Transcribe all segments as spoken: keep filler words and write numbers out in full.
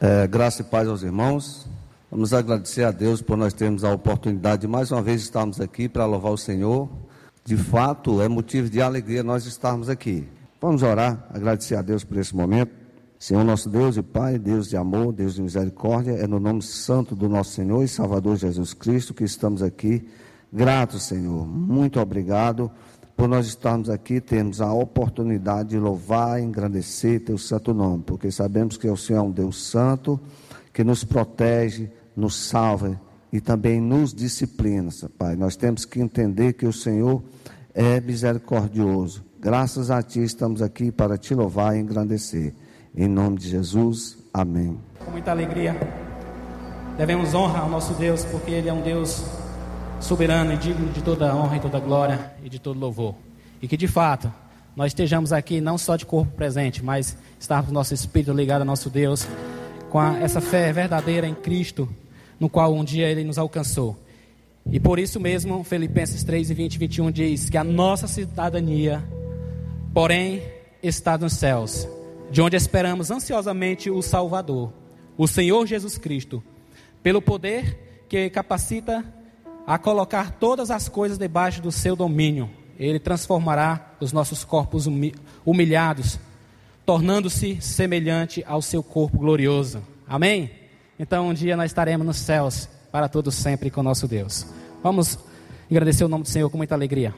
É, graça e paz aos irmãos. Vamos agradecer a Deus por nós termos a oportunidade de mais uma vez estarmos aqui para louvar o Senhor. De fato, é motivo de alegria nós estarmos aqui. Vamos orar, agradecer a Deus por esse momento. Senhor nosso Deus e Pai, Deus de amor, Deus de misericórdia, é no nome santo do nosso Senhor e Salvador Jesus Cristo que estamos aqui. Gratos, Senhor, muito obrigado por nós estarmos aqui, termos a oportunidade de louvar e engrandecer Teu santo nome, porque sabemos que o Senhor é um Deus santo, que nos protege, nos salva e também nos disciplina, Pai. Nós temos que entender que o Senhor é misericordioso. Graças a Ti estamos aqui para Te louvar e engrandecer. Em nome de Jesus, amém. Com muita alegria, devemos honra ao nosso Deus, porque Ele é um Deus soberano e digno de toda honra e toda glória e de todo louvor. E que de fato, nós estejamos aqui não só de corpo presente, mas estarmos com o nosso espírito ligado ao nosso Deus, com a, essa fé verdadeira em Cristo, no qual um dia Ele nos alcançou. E por isso mesmo, Filipenses três, vinte e vinte e um diz que a nossa cidadania, porém, está nos céus, de onde esperamos ansiosamente o Salvador, o Senhor Jesus Cristo, pelo poder que capacita a colocar todas as coisas debaixo do seu domínio. Ele transformará os nossos corpos humilhados, tornando-se semelhante ao seu corpo glorioso. Amém? Então um dia nós estaremos nos céus para todos sempre com nosso Deus. Vamos agradecer o nome do Senhor com muita alegria.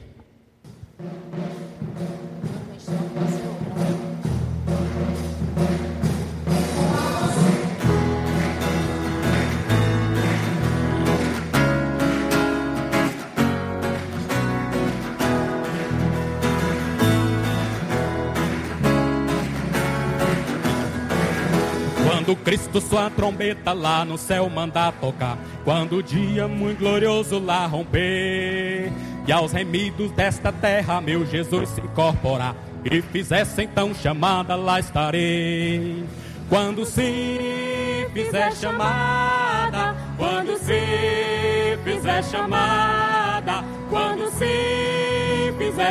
Quando Cristo sua trombeta lá no céu mandar tocar, quando o dia muito glorioso lá romper, e aos remidos desta terra meu Jesus se incorporar, e fizesse então chamada, lá estarei. Quando sim fizer chamada, quando sim fizer chamada, quando sim fizer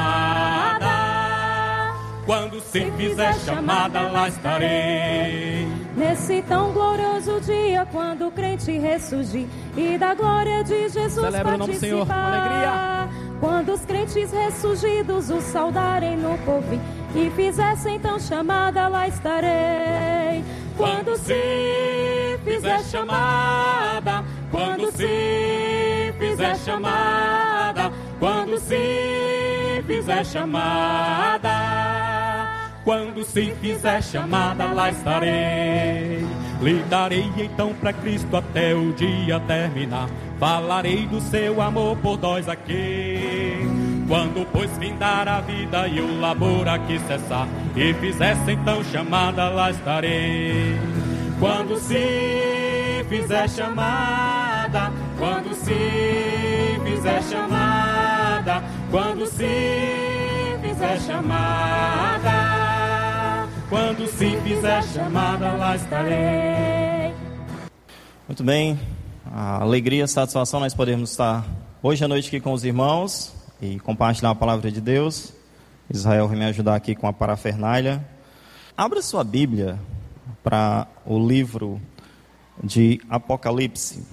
chamada, quando sim fizer chamada, lá estarei. Nesse tão glorioso dia, quando o crente ressurgir e da glória de Jesus celebra o nome do Senhor com alegria. Quando os crentes ressurgidos o saudarem no porvir e fizessem então chamada, lá estarei. Quando se fizer chamada, quando se fizer chamada, quando se fizer chamada, quando se fizer chamada, lá estarei. Lhe darei então para Cristo até o dia terminar. Falarei do seu amor por nós aqui. Quando pois findar a vida e o labor aqui cessar, e fizesse então chamada, lá estarei. Quando se fizer chamada, quando se fizer chamada, quando se fizer chamada, quando se fizer chamada, lá estarei. Muito bem, a alegria, a satisfação nós podemos estar hoje à noite aqui com os irmãos e compartilhar a palavra de Deus. Israel vai me ajudar aqui com a parafernália. Abra sua Bíblia para o livro de Apocalipse.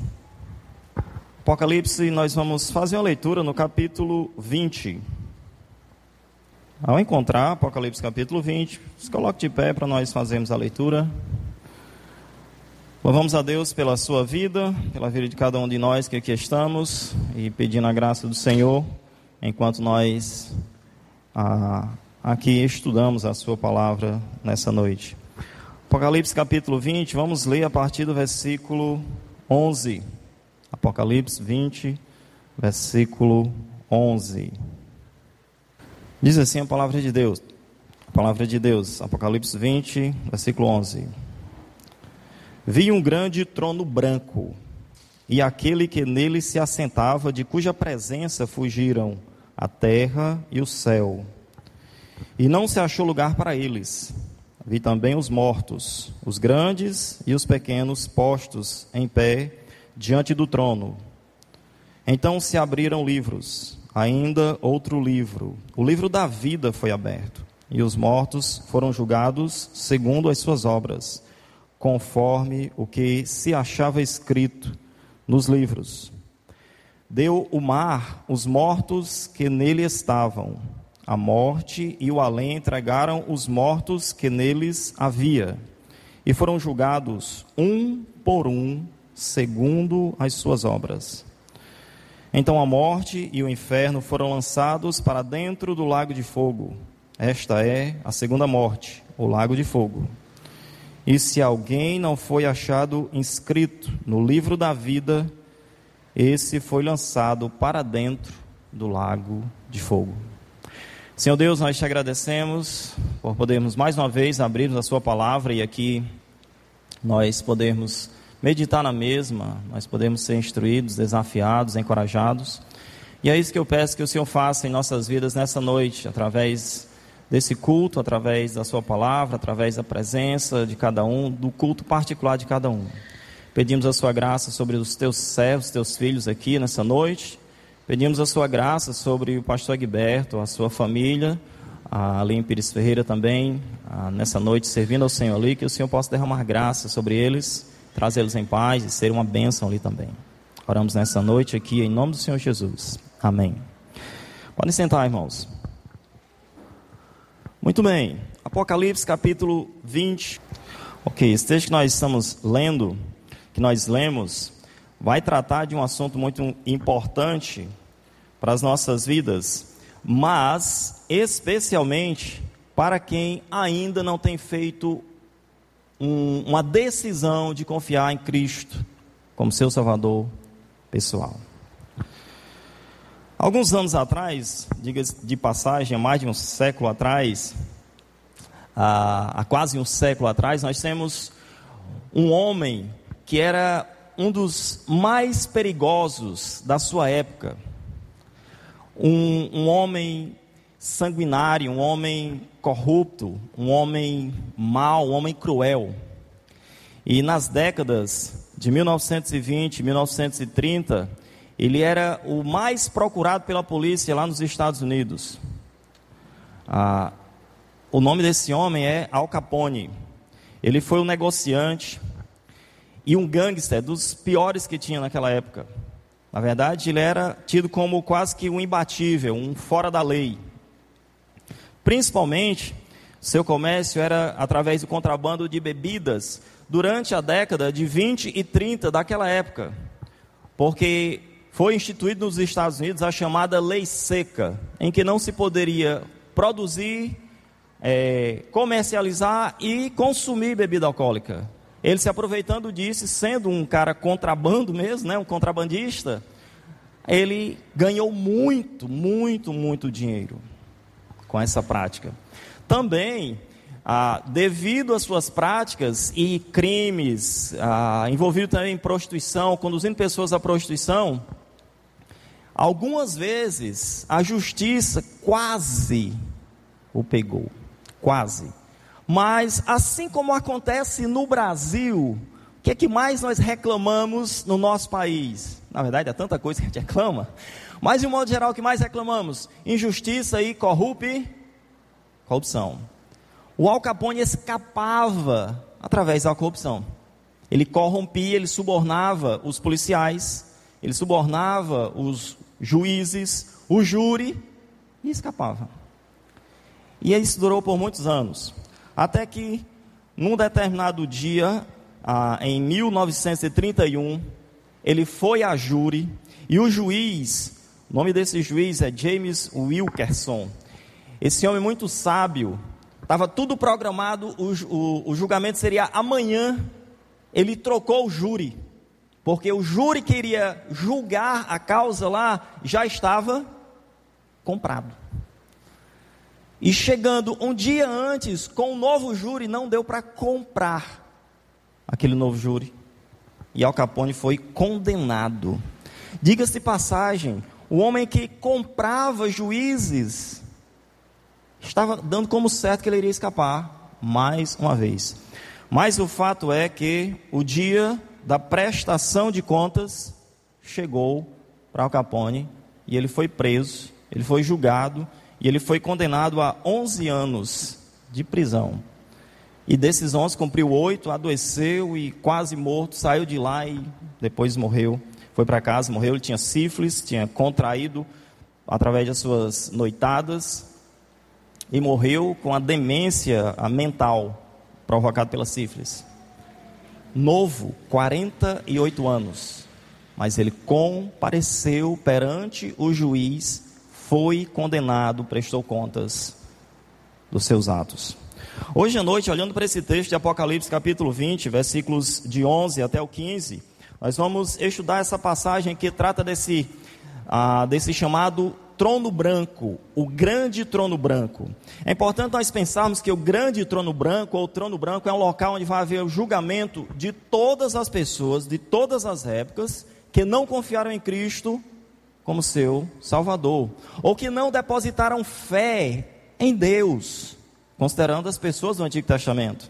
Apocalipse, nós vamos fazer uma leitura no capítulo vinte. Ao encontrar Apocalipse capítulo vinte, se coloque de pé para nós fazermos a leitura. Louvamos a Deus pela sua vida, pela vida de cada um de nós que aqui estamos, e pedindo a graça do Senhor, enquanto nós ah, aqui estudamos a sua palavra nessa noite. Apocalipse capítulo vinte, vamos ler a partir do versículo onze. Apocalipse vinte, versículo onze. Diz assim a palavra de Deus, a palavra de Deus, Apocalipse vinte, versículo onze. Vi um grande trono branco, e aquele que nele se assentava, de cuja presença fugiram a terra e o céu, e não se achou lugar para eles. Vi também os mortos, os grandes e os pequenos, postos em pé diante do trono. Então se abriram livros, ainda outro livro, o livro da vida foi aberto, e os mortos foram julgados segundo as suas obras, conforme o que se achava escrito nos livros. Deu o mar os mortos que nele estavam. A morte e o além entregaram os mortos que neles havia. E foram julgados um por um, segundo as suas obras. Então a morte e o inferno foram lançados para dentro do lago de fogo. Esta é a segunda morte, o lago de fogo. E se alguém não foi achado inscrito no livro da vida, esse foi lançado para dentro do lago de fogo. Senhor Deus, nós te agradecemos por podermos mais uma vez abrirmos a sua palavra e aqui nós podermos meditar na mesma, nós podemos ser instruídos, desafiados, encorajados. E é isso que eu peço que o Senhor faça em nossas vidas nessa noite, através desse culto, através da sua palavra, através da presença de cada um, do culto particular de cada um. Pedimos a sua graça sobre os teus servos, teus filhos aqui nessa noite. Pedimos a sua graça sobre o pastor Egberto, a sua família, a Aline Pires Ferreira também, a, nessa noite servindo ao Senhor ali, que o Senhor possa derramar graça sobre eles, trazê-los em paz e ser uma bênção ali também. Oramos nessa noite aqui em nome do Senhor Jesus. Amém. Podem sentar, irmãos. Muito bem. Apocalipse capítulo vinte. Ok, esse texto que nós estamos lendo, que nós lemos, vai tratar de um assunto muito importante para as nossas vidas, mas especialmente para quem ainda não tem feito um, uma decisão de confiar em Cristo como seu Salvador pessoal. Alguns anos atrás, diga-se de passagem, há mais de um século atrás, há, há quase um século atrás, nós temos um homem que era um dos mais perigosos da sua época. Um, um homem sanguinário, um homem corrupto, um homem mau, um homem cruel. E nas décadas de mil novecentos e vinte e mil novecentos e trinta, ele era o mais procurado pela polícia lá nos Estados Unidos. Ah, o nome desse homem é Al Capone. Ele foi um negociante e um gangster dos piores que tinha naquela época. Na verdade, ele era tido como quase que um imbatível, um fora da lei. Principalmente, seu comércio era através do contrabando de bebidas durante a década de vinte e trinta daquela época. Porque foi instituído nos Estados Unidos a chamada Lei Seca, em que não se poderia produzir, é, comercializar e consumir bebida alcoólica. Ele se aproveitando disso, sendo um cara contrabando mesmo, né, um contrabandista, ele ganhou muito, muito, muito dinheiro com essa prática. Também, ah, devido às suas práticas e crimes, ah, envolvido também em prostituição, conduzindo pessoas à prostituição, algumas vezes a justiça quase o pegou, quase. Mas, assim como acontece no Brasil, o que é que mais nós reclamamos no nosso país? Na verdade, há tanta coisa que a gente reclama. Mas, de um modo geral, o que mais reclamamos? Injustiça e corrup... corrupção. O Al Capone escapava através da corrupção. Ele corrompia, ele subornava os policiais, ele subornava os juízes, o júri, e escapava. E isso durou por muitos anos. Até que, num determinado dia, ah, em mil novecentos e trinta e um, ele foi a júri, e o juiz, o nome desse juiz é James Wilkerson. Esse homem muito sábio, estava tudo programado, o, o, o julgamento seria amanhã. Ele trocou o júri, porque o júri que iria julgar a causa lá, já estava comprado. E chegando um dia antes, com o novo júri, não deu para comprar aquele novo júri. E Al Capone foi condenado. Diga-se de passagem, o homem que comprava juízes estava dando como certo que ele iria escapar mais uma vez. Mas o fato é que o dia da prestação de contas chegou para Al Capone e ele foi preso, ele foi julgado e ele foi condenado a onze anos de prisão. E desses onze cumpriu oito, adoeceu e quase morto, saiu de lá e depois morreu. Foi para casa, morreu, ele tinha sífilis, tinha contraído através das suas noitadas e morreu com a demência mental provocada pela sífilis. Novo, quarenta e oito anos, mas ele compareceu perante o juiz, foi condenado, prestou contas dos seus atos. Hoje à noite, olhando para esse texto de Apocalipse capítulo vinte, versículos de onze até o quinze, nós vamos estudar essa passagem que trata desse, ah, desse chamado trono branco, o grande trono branco. É importante nós pensarmos que o grande trono branco, ou trono branco, é um local onde vai haver o julgamento de todas as pessoas, de todas as épocas, que não confiaram em Cristo como seu Salvador, ou que não depositaram fé em Deus, considerando as pessoas do Antigo Testamento.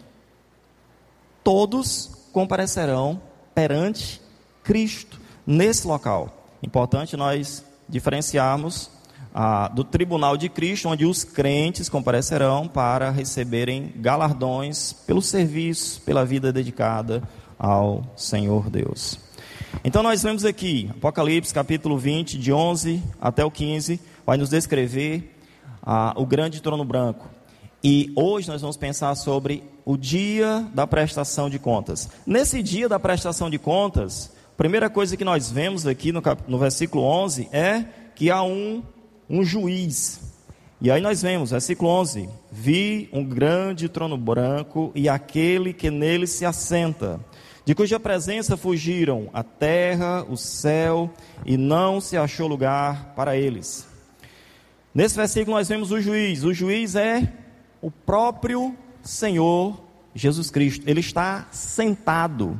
Todos comparecerão perante Cristo nesse local. Importante nós diferenciarmos ah, do tribunal de Cristo, onde os crentes comparecerão para receberem galardões pelo serviço, pela vida dedicada ao Senhor Deus. Então nós vemos aqui, Apocalipse capítulo vinte, de onze até o quinze, vai nos descrever ah, o grande trono branco. E hoje nós vamos pensar sobre o dia da prestação de contas. Nesse dia da prestação de contas, a primeira coisa que nós vemos aqui no, cap... no versículo onze é que há um, um juiz. E aí nós vemos, versículo onze: vi um grande trono branco e aquele que nele se assenta, de cuja presença fugiram a terra, o céu, e não se achou lugar para eles. Nesse versículo nós vemos o juiz. O juiz é o próprio Senhor Jesus Cristo. Ele está sentado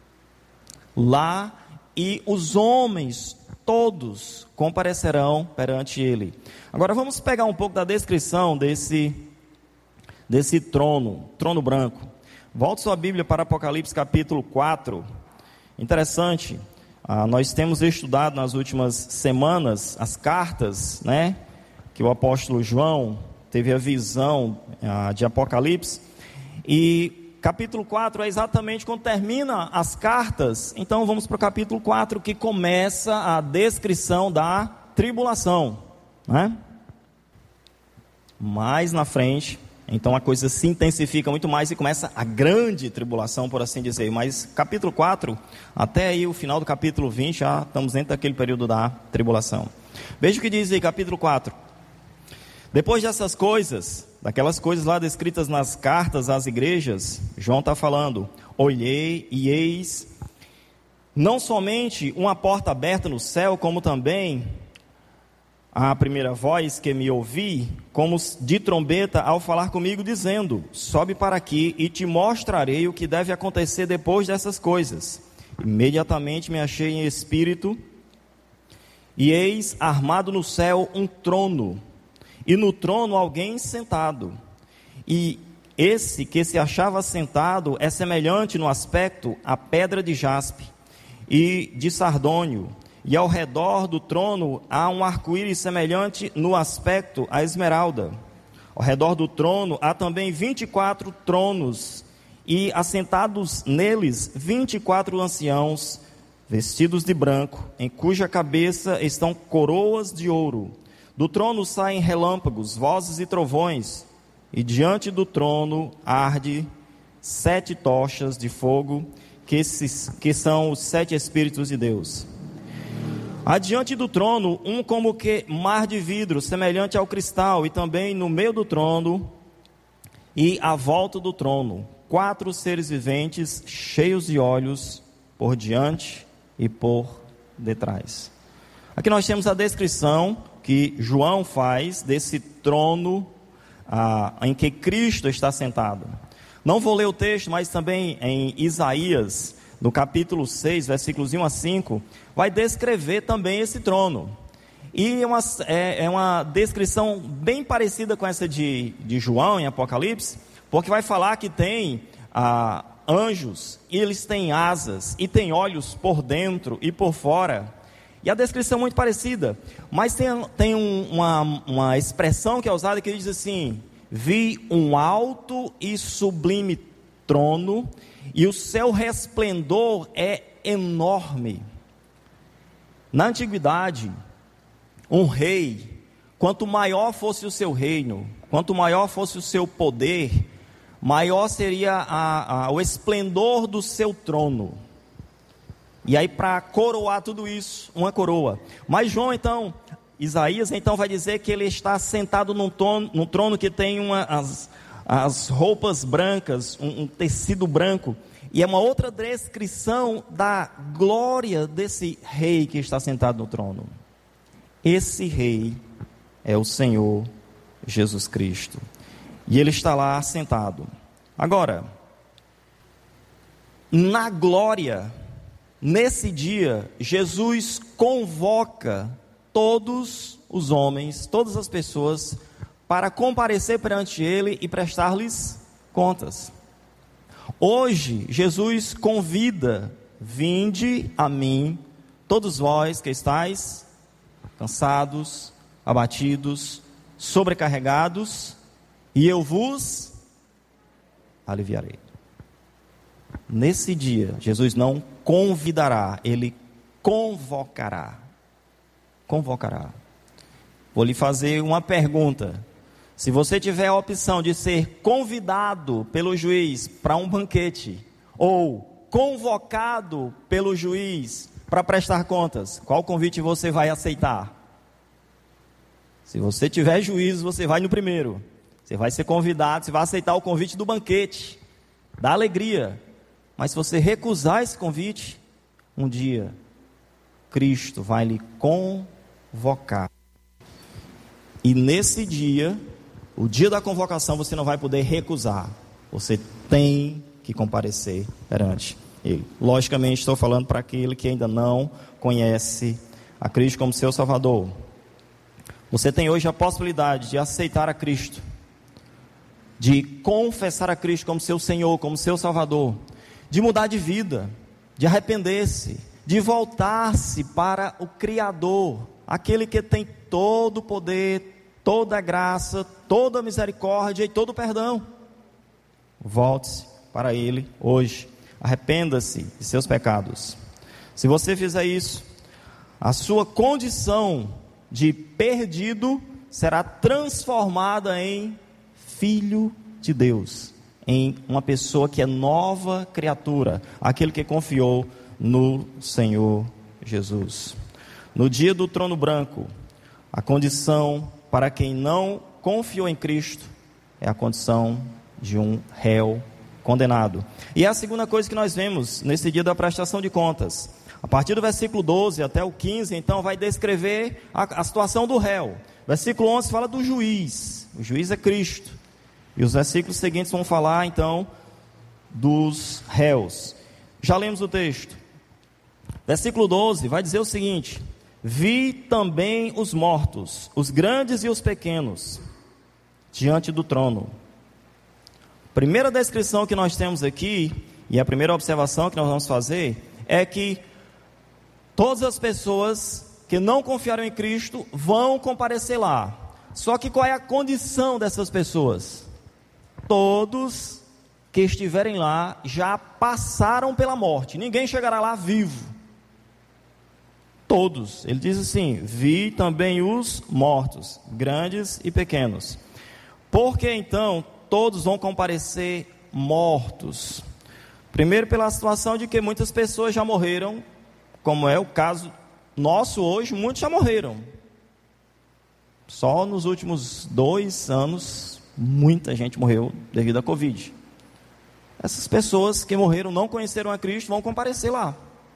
lá e os homens todos comparecerão perante ele. Agora vamos pegar um pouco da descrição desse, desse trono, trono branco. Volte sua Bíblia para Apocalipse capítulo quatro. Interessante, ah, nós temos estudado nas últimas semanas as cartas, né, que o apóstolo João teve a visão ah, de Apocalipse, e capítulo quatro é exatamente quando termina as cartas. Então vamos para o capítulo quatro, que começa a descrição da tribulação, né? Mais na frente, então a coisa se intensifica muito mais e começa a grande tribulação, por assim dizer. Mas capítulo quatro, até aí o final do capítulo vinte, já estamos dentro daquele período da tribulação. Veja o que diz aí, capítulo quatro. Depois dessas coisas, daquelas coisas lá descritas nas cartas às igrejas, João está falando: olhei e eis não somente uma porta aberta no céu, como também a primeira voz que me ouvi, como de trombeta, ao falar comigo, dizendo: sobe para aqui e te mostrarei o que deve acontecer depois dessas coisas. Imediatamente me achei em espírito, e eis armado no céu um trono, e no trono alguém sentado, e esse que se achava sentado é semelhante no aspecto à pedra de jaspe e de sardônio, e ao redor do trono há um arco-íris semelhante no aspecto à esmeralda. Ao redor do trono há também vinte e quatro tronos, e assentados neles vinte e quatro anciãos, vestidos de branco, em cuja cabeça estão coroas de ouro. Do trono saem relâmpagos, vozes e trovões, e diante do trono arde sete tochas de fogo, que, se, que são os sete Espíritos de Deus. Adiante do trono, um como que mar de vidro, semelhante ao cristal, e também no meio do trono, e à volta do trono, quatro seres viventes, cheios de olhos, por diante e por detrás. Aqui nós temos a descrição que João faz desse trono ah, em que Cristo está sentado. Não vou ler o texto, mas também em Isaías, no capítulo seis, versículos um a cinco, vai descrever também esse trono. E é uma, é, é uma descrição bem parecida com essa de, de João em Apocalipse, porque vai falar que tem ah, anjos, e eles têm asas, e têm olhos por dentro e por fora. E a descrição é muito parecida, mas tem, tem um, uma, uma expressão que é usada que diz assim: vi um alto e sublime trono, e o seu resplendor é enorme. Na antiguidade, um rei, quanto maior fosse o seu reino, quanto maior fosse o seu poder, maior seria a, a, o esplendor do seu trono. E aí, para coroar tudo isso, uma coroa. Mas João, então, Isaías, então, vai dizer que ele está sentado num trono, num trono que tem uma, as, as roupas brancas, um, um tecido branco. E é uma outra descrição da glória desse rei que está sentado no trono. Esse rei é o Senhor Jesus Cristo. E ele está lá sentado. Agora, na glória, nesse dia, Jesus convoca todos os homens, todas as pessoas, para comparecer perante ele e prestar-lhes contas. Hoje, Jesus convida: vinde a mim, todos vós que estáis cansados, abatidos, sobrecarregados, e eu vos aliviarei. Nesse dia, Jesus não convidará, ele convocará. Convocará. Vou lhe fazer uma pergunta. Se você tiver a opção de ser convidado pelo juiz para um banquete, ou convocado pelo juiz para prestar contas, qual convite você vai aceitar? Se você tiver juízo, você vai no primeiro. Você vai ser convidado, você vai aceitar o convite do banquete, da alegria. Mas se você recusar esse convite, um dia, Cristo vai lhe convocar. E nesse dia, o dia da convocação, você não vai poder recusar. Você tem que comparecer perante Ele. Logicamente, estou falando para aquele que ainda não conhece a Cristo como seu Salvador. Você tem hoje a possibilidade de aceitar a Cristo, de confessar a Cristo como seu Senhor, como seu Salvador, de mudar de vida, de arrepender-se, de voltar-se para o Criador, aquele que tem todo o poder, toda a graça, toda a misericórdia e todo o perdão. Volte-se para Ele hoje, arrependa-se de seus pecados. Se você fizer isso, a sua condição de perdido será transformada em filho de Deus, em uma pessoa que é nova criatura, aquele que confiou no Senhor Jesus. No dia do trono branco, a condição para quem não confiou em Cristo é a condição de um réu condenado. E é a segunda coisa que nós vemos nesse dia da prestação de contas. A partir do versículo doze até o quinze, então, vai descrever a, a situação do réu. Versículo onze fala do juiz. O juiz é Cristo. E os versículos seguintes vão falar, então, dos réus. Já lemos o texto. Versículo doze vai dizer o seguinte: vi também os mortos, os grandes e os pequenos, diante do trono. Primeira descrição que nós temos aqui, e a primeira observação que nós vamos fazer, é que todas as pessoas que não confiaram em Cristo vão comparecer lá. Só que qual é a condição dessas pessoas? Todos que estiverem lá já passaram pela morte. Ninguém chegará lá vivo. Todos. Ele diz assim: vi também os mortos, grandes e pequenos. Porque então todos vão comparecer mortos? Primeiro, pela situação de que muitas pessoas já morreram, como é o caso nosso hoje. Muitos já morreram. Só nos últimos dois anos, muita gente morreu devido à Covid. Essas pessoas que morreram, não conheceram a Cristo, vão comparecer lá.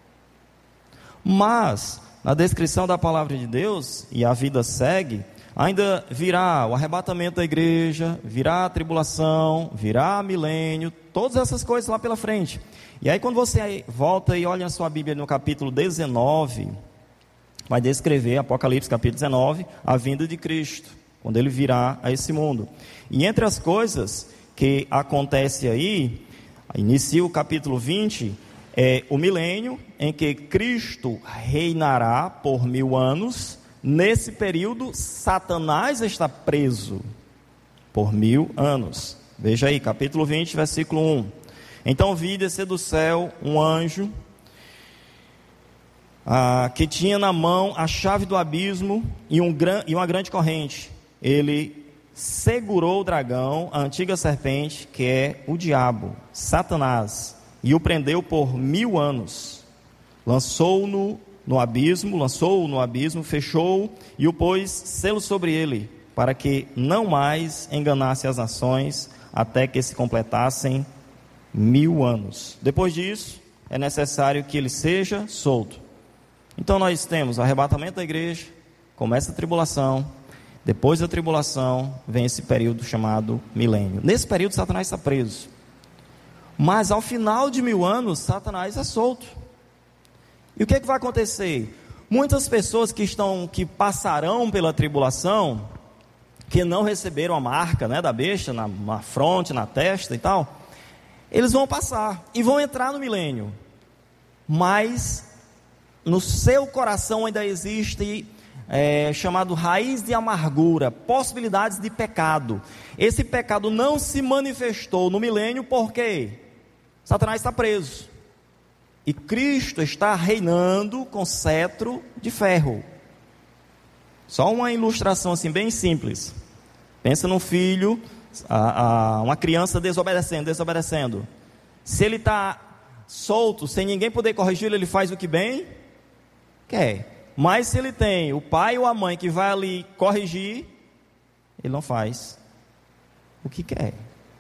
Mas, na descrição da palavra de Deus, e a vida segue, ainda virá o arrebatamento da igreja, virá a tribulação, virá milênio, todas essas coisas lá pela frente. E aí, quando você volta e olha a sua Bíblia no capítulo dezenove, vai descrever, Apocalipse capítulo dezenove, a vinda de Cristo, quando ele virá a esse mundo. E entre as coisas que acontece aí, inicia o capítulo vinte, é o milênio, em que Cristo reinará por mil anos. Nesse período, Satanás está preso. por mil anos. Veja aí, capítulo vinte, versículo um. Então vi descer do céu um anjo, ah, que tinha na mão a chave do abismo e, um gran, e uma grande corrente. Ele segurou o dragão, a antiga serpente, que é o diabo, Satanás, e o prendeu por mil anos. Lançou-no no abismo, lançou-o no abismo, fechou-o e o pôs selo sobre ele, para que não mais enganasse as nações, até que se completassem mil anos. Depois disso, é necessário que ele seja solto. Então nós temos o arrebatamento da igreja, começa a tribulação, depois da tribulação vem esse período chamado milênio. Nesse período Satanás está preso, mas ao final de mil anos Satanás é solto. E o que, é que vai acontecer? Muitas pessoas que estão, que passarão pela tribulação, que não receberam a marca, né, da besta na, na fronte, na testa e tal, eles vão passar e vão entrar no milênio, mas no seu coração ainda existe é, chamado raiz de amargura, possibilidades de pecado. Esse pecado não se manifestou no milênio porque Satanás está preso e Cristo está reinando com cetro de ferro. Só uma ilustração assim bem simples. Pensa num filho, a, a, uma criança desobedecendo, desobedecendo. Se ele está solto, sem ninguém poder corrigi-lo, ele faz o que bem quer. Mas se ele tem o pai ou a mãe que vai ali corrigir, ele não faz o que quer.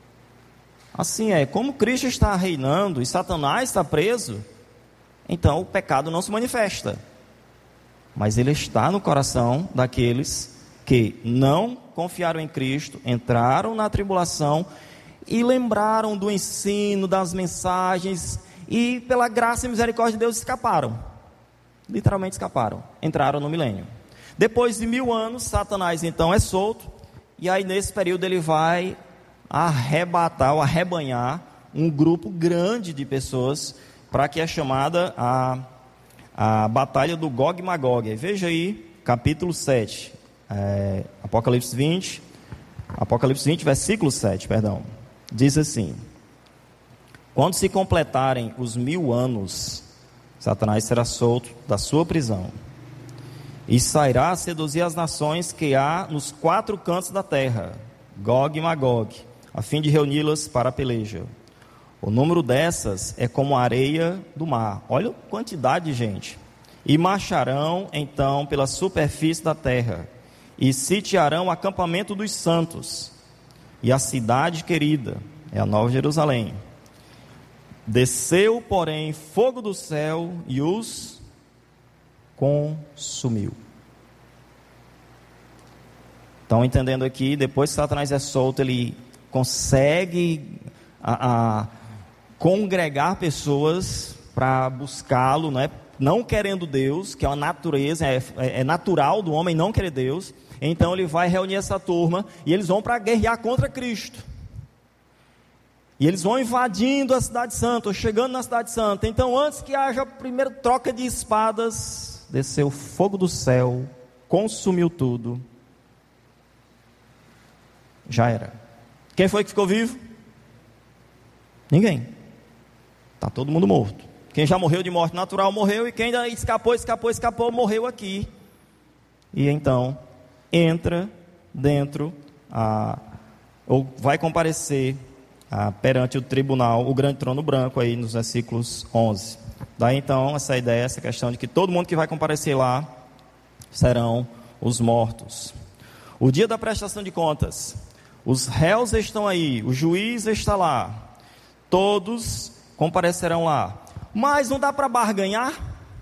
Assim é, como Cristo está reinando e Satanás está preso, então o pecado não se manifesta, mas ele está no coração daqueles que não confiaram em Cristo, entraram na tribulação e lembraram do ensino, das mensagens, e pela graça e misericórdia de Deus escaparam, literalmente escaparam, entraram no milênio. Depois de mil anos, Satanás então é solto, e aí nesse período ele vai arrebatar ou arrebanhar um grupo grande de pessoas, para que é chamada a, a batalha do Gog e Magog. Veja aí, capítulo sete, é, Apocalipse vinte, Apocalipse vinte, versículo sete, perdão, diz assim: quando se completarem os mil anos, Satanás será solto da sua prisão, e sairá a seduzir as nações que há nos quatro cantos da terra, Gog e Magog, a fim de reuni-las para a peleja. O número dessas é como a areia do mar. Olha a quantidade de gente. E marcharão então pela superfície da terra, e sitiarão o acampamento dos santos, e a cidade querida, é a Nova Jerusalém. Desceu, porém, fogo do céu e os consumiu. Então, entendendo aqui, depois que Satanás é solto, ele consegue a, a congregar pessoas para buscá-lo, né? Não querendo Deus, que é uma natureza, é, é natural do homem não querer Deus. Então ele vai reunir essa turma e eles vão para guerrear contra Cristo. E eles vão invadindo a cidade santa, ou chegando na cidade santa. Então, antes que haja a primeira troca de espadas, desceu fogo do céu, consumiu tudo. Já era. Quem foi que ficou vivo? Ninguém. Está todo mundo morto. Quem já morreu de morte natural morreu, e quem ainda escapou, escapou, escapou, morreu aqui. E então entra dentro, a, ou vai comparecer a, perante o tribunal, o grande trono branco, aí nos versículos onze. Daí então essa ideia, essa questão de que todo mundo que vai comparecer lá serão os mortos. O dia da prestação de contas, os réus estão aí, o juiz está lá, todos comparecerão lá. Mas não dá para barganhar?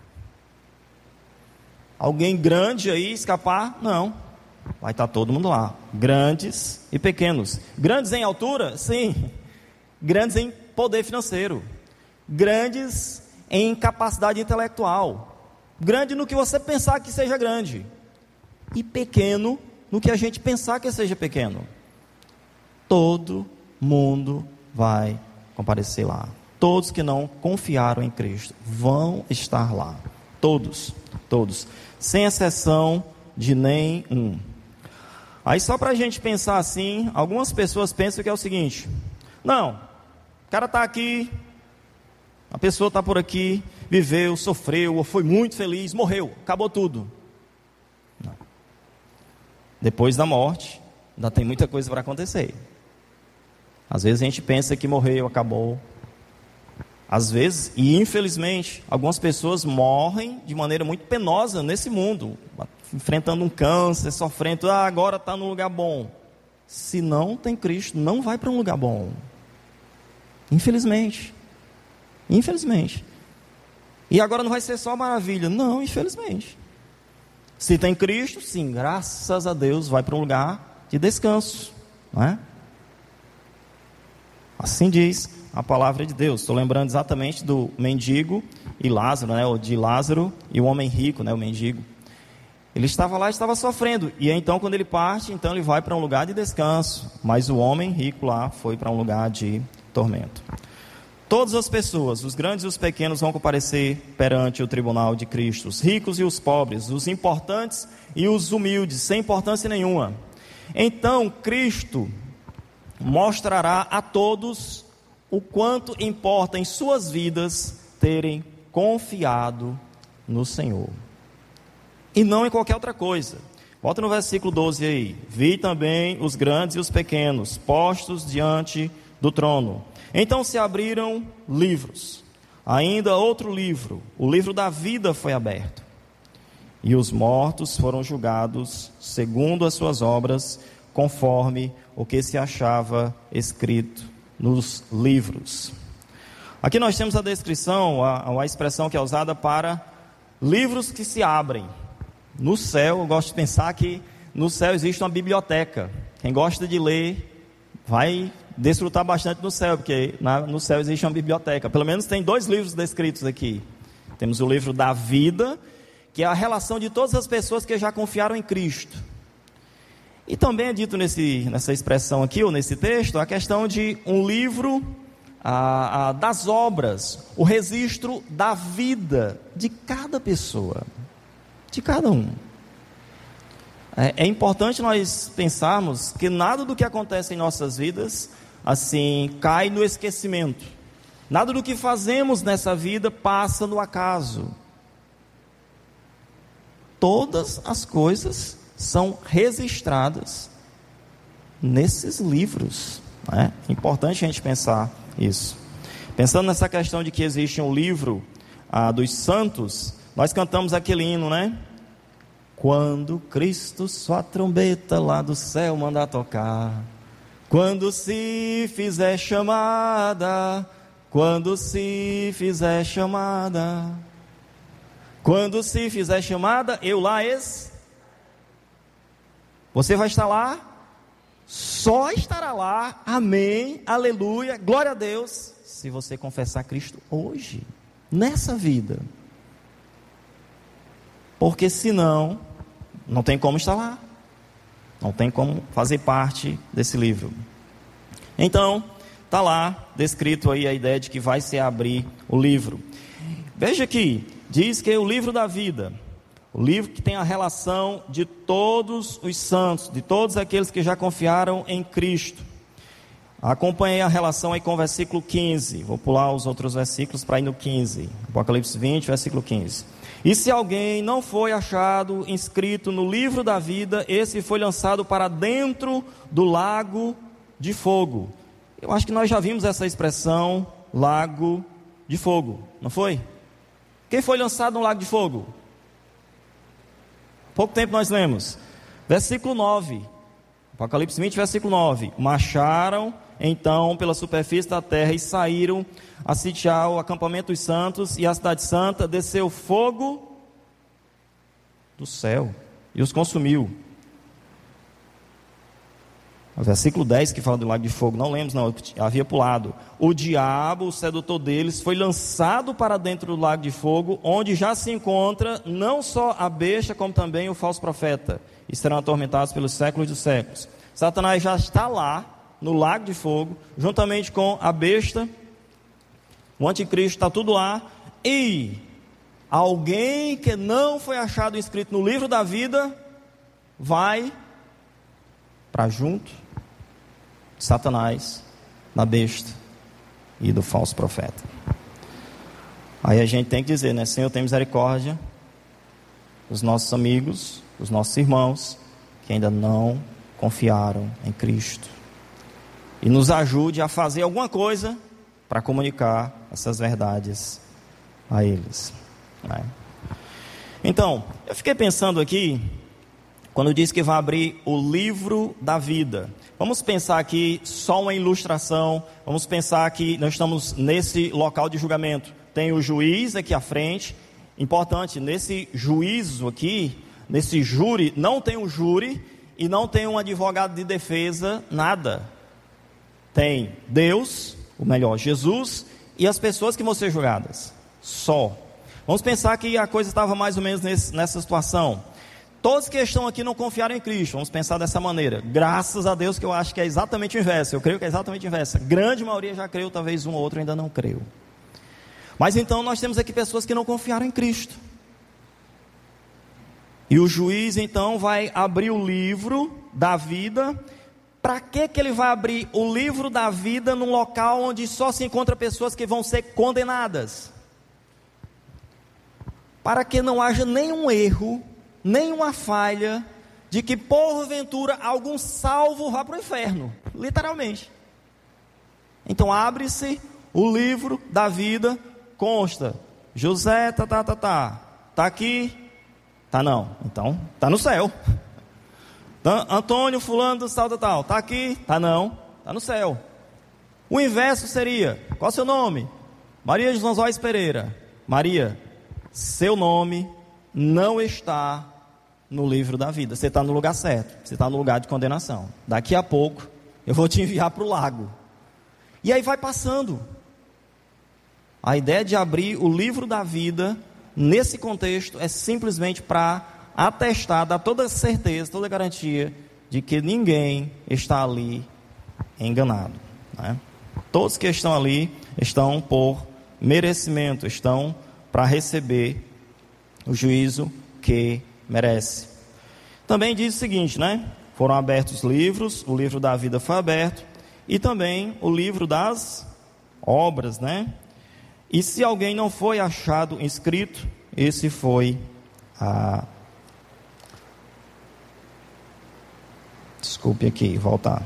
Alguém grande aí escapar? Não, vai estar todo mundo lá, grandes e pequenos. Grandes em altura? Sim. Grandes em poder financeiro, grandes em capacidade intelectual, grande no que você pensar que seja grande, e pequeno no que a gente pensar que seja pequeno. Todo mundo vai comparecer lá. Todos que não confiaram em Cristo vão estar lá. Todos, todos, sem exceção de nenhum. Aí só para a gente pensar assim, algumas pessoas pensam que é o seguinte: não, o cara está aqui, a pessoa está por aqui, viveu, sofreu, ou foi muito feliz, morreu, acabou tudo. Não. Depois da morte, ainda tem muita coisa para acontecer. Às vezes a gente pensa que morreu, acabou. Às vezes, e infelizmente, algumas pessoas morrem de maneira muito penosa nesse mundo, enfrentando um câncer, sofrendo, ah, agora está num lugar bom. Se não tem Cristo, não vai para um lugar bom. Infelizmente. Infelizmente. E agora não vai ser só maravilha. Não, infelizmente. Se tem Cristo, sim, graças a Deus, vai para um lugar de descanso. Não é? Assim diz a palavra de Deus. Estou lembrando exatamente do mendigo e Lázaro, né? O de Lázaro e o homem rico, né? O mendigo. Ele estava lá e estava sofrendo. E então, quando ele parte, então ele vai para um lugar de descanso. Mas o homem rico lá foi para um lugar de tormento. Todas as pessoas, os grandes e os pequenos, vão comparecer perante o tribunal de Cristo. Os ricos e os pobres, os importantes e os humildes, sem importância nenhuma. Então, Cristo mostrará a todos o quanto importa em suas vidas terem confiado no Senhor. E não em qualquer outra coisa. Volta no versículo doze aí. Vi também os grandes e os pequenos postos diante do trono. Então se abriram livros. Ainda outro livro, o livro da vida, foi aberto. E os mortos foram julgados segundo as suas obras, conforme o que se achava escrito nos livros. Aqui nós temos a descrição, a, a expressão que é usada para livros que se abrem. No céu, eu gosto de pensar que no céu existe uma biblioteca. Quem gosta de ler vai desfrutar bastante no céu, porque na, no céu existe uma biblioteca. Pelo menos tem dois livros descritos aqui. Temos o livro da vida, que é a relação de todas as pessoas que já confiaram em Cristo. E também é dito nesse, nessa expressão aqui, ou nesse texto, a questão de um livro a, a, das obras, o registro da vida de cada pessoa, de cada um. É, é importante nós pensarmos que nada do que acontece em nossas vidas, assim, cai no esquecimento. Nada do que fazemos nessa vida passa no acaso. Todas as coisas são registradas nesses livros. Né? É importante a gente pensar isso. Pensando nessa questão de que existe um livro ah, dos santos, nós cantamos aquele hino, né? Quando Cristo sua trombeta lá do céu mandar tocar, quando se fizer chamada, quando se fizer chamada, quando se fizer chamada, eu lá es... Você vai estar lá, só estará lá, amém, aleluia, glória a Deus, se você confessar Cristo hoje, nessa vida. Porque senão, não tem como estar lá, não tem como fazer parte desse livro. Então, está lá, descrito aí a ideia de que vai se abrir o livro. Veja aqui, diz que é o livro da vida, o livro que tem a relação de todos os santos, de todos aqueles que já confiaram em Cristo. Acompanhei a relação aí com o versículo quinze, vou pular os outros versículos para ir no quinze, Apocalipse vinte, versículo quinze. E se alguém não foi achado inscrito no livro da vida, esse foi lançado para dentro do lago de fogo. Eu acho que nós já vimos essa expressão, lago de fogo, não foi? Quem foi lançado no lago de fogo? Pouco tempo nós lemos. Versículo nove, Apocalipse vinte, versículo nove. Marcharam então pela superfície da terra e saíram a sitiar o acampamento dos santos e a cidade santa. Desceu fogo do céu e os consumiu. O versículo dez que fala do lago de fogo, não lembro, não, eu havia pulado. O diabo, o sedutor deles, foi lançado para dentro do lago de fogo, onde já se encontra não só a besta, como também o falso profeta, e serão atormentados pelos séculos dos séculos. Satanás já está lá, no lago de fogo, juntamente com a besta, o anticristo, está tudo lá, e alguém que não foi achado inscrito no livro da vida, vai para junto de Satanás, da besta e do falso profeta. Aí a gente tem que dizer, né? Senhor, tem misericórdia dos nossos amigos, dos nossos irmãos que ainda não confiaram em Cristo. E nos ajude a fazer alguma coisa para comunicar essas verdades a eles, né? Então, eu fiquei pensando aqui, quando diz que vai abrir o livro da vida. Vamos pensar aqui só uma ilustração. Vamos pensar que nós estamos nesse local de julgamento. Tem o juiz aqui à frente. Importante, nesse juízo aqui, nesse júri, não tem um júri e não tem um advogado de defesa, nada. Tem Deus, ou melhor, Jesus, e as pessoas que vão ser julgadas. Só. Vamos pensar que a coisa estava mais ou menos nesse, nessa situação. Todos que estão aqui não confiaram em Cristo. Vamos pensar dessa maneira. Graças a Deus que eu acho que é exatamente o inverso. Eu creio que é exatamente o inverso. A grande maioria já creu, talvez um ou outro ainda não creu. Mas então nós temos aqui pessoas que não confiaram em Cristo. E o juiz então vai abrir o livro da vida. Para que que ele vai abrir o livro da vida num local onde só se encontra pessoas que vão ser condenadas? Para que não haja nenhum erro, nenhuma falha, de que porventura algum salvo vá para o inferno, literalmente. Então abre-se o livro da vida, consta, José, tá, tá, tá, tá, tá aqui, tá não, então tá no céu. Antônio, fulano, tal, tal, tal, tá aqui, tá não, tá no céu. O inverso seria, qual é o seu nome? Maria de Sonzóis Pereira. Maria, seu nome não está no livro da vida. Você está no lugar certo. Você está no lugar de condenação. Daqui a pouco eu vou te enviar para o lago. E aí vai passando. A ideia de abrir o livro da vida nesse contexto é simplesmente para atestar, dar toda certeza, toda garantia de que ninguém está ali enganado, né? Todos que estão ali estão por merecimento, estão para receber o juízo que merece. Também diz o seguinte, né? Foram abertos livros, o livro da vida foi aberto, e também o livro das obras, né? E se alguém não foi achado inscrito, esse foi a... Desculpe aqui, voltar.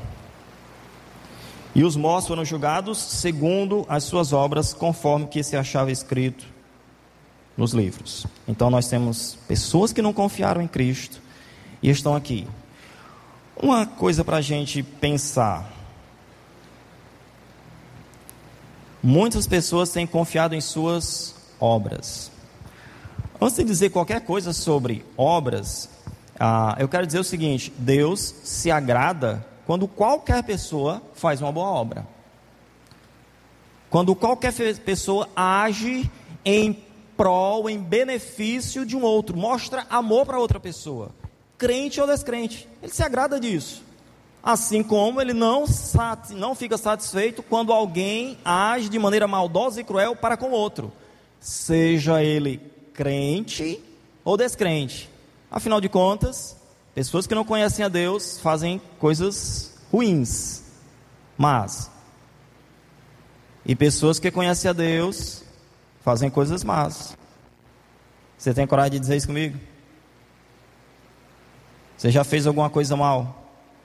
E os mortos foram julgados segundo as suas obras, conforme que se achava escrito nos livros. Então nós temos pessoas que não confiaram em Cristo e estão aqui. Uma coisa para a gente pensar: muitas pessoas têm confiado em suas obras. Antes de dizer qualquer coisa sobre obras, ah, eu quero dizer o seguinte: Deus se agrada quando qualquer pessoa faz uma boa obra, quando qualquer pessoa age em prol, em benefício de um outro, mostra amor para outra pessoa, crente ou descrente. Ele se agrada disso. Assim como ele não, não fica satisfeito quando alguém age de maneira maldosa e cruel para com o outro, seja ele crente ou descrente. Afinal de contas, pessoas que não conhecem a Deus fazem coisas ruins, mas e pessoas que conhecem a Deus fazem coisas más. Você tem coragem de dizer isso comigo? Você já fez alguma coisa mal?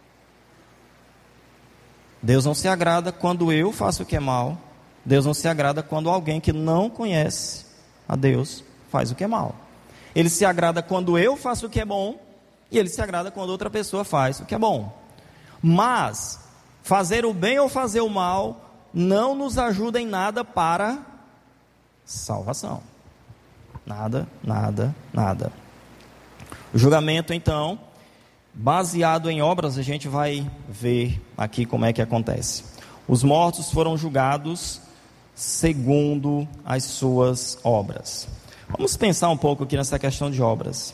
Deus não se agrada quando eu faço o que é mal. Deus não se agrada quando alguém que não conhece a Deus faz o que é mal. Ele se agrada quando eu faço o que é bom, e Ele se agrada quando outra pessoa faz o que é bom. Mas fazer o bem ou fazer o mal não nos ajuda em nada para salvação. Nada, nada, nada. O julgamento, então, baseado em obras, a gente vai ver aqui como é que acontece. Os mortos foram julgados segundo as suas obras. Vamos pensar um pouco aqui nessa questão de obras.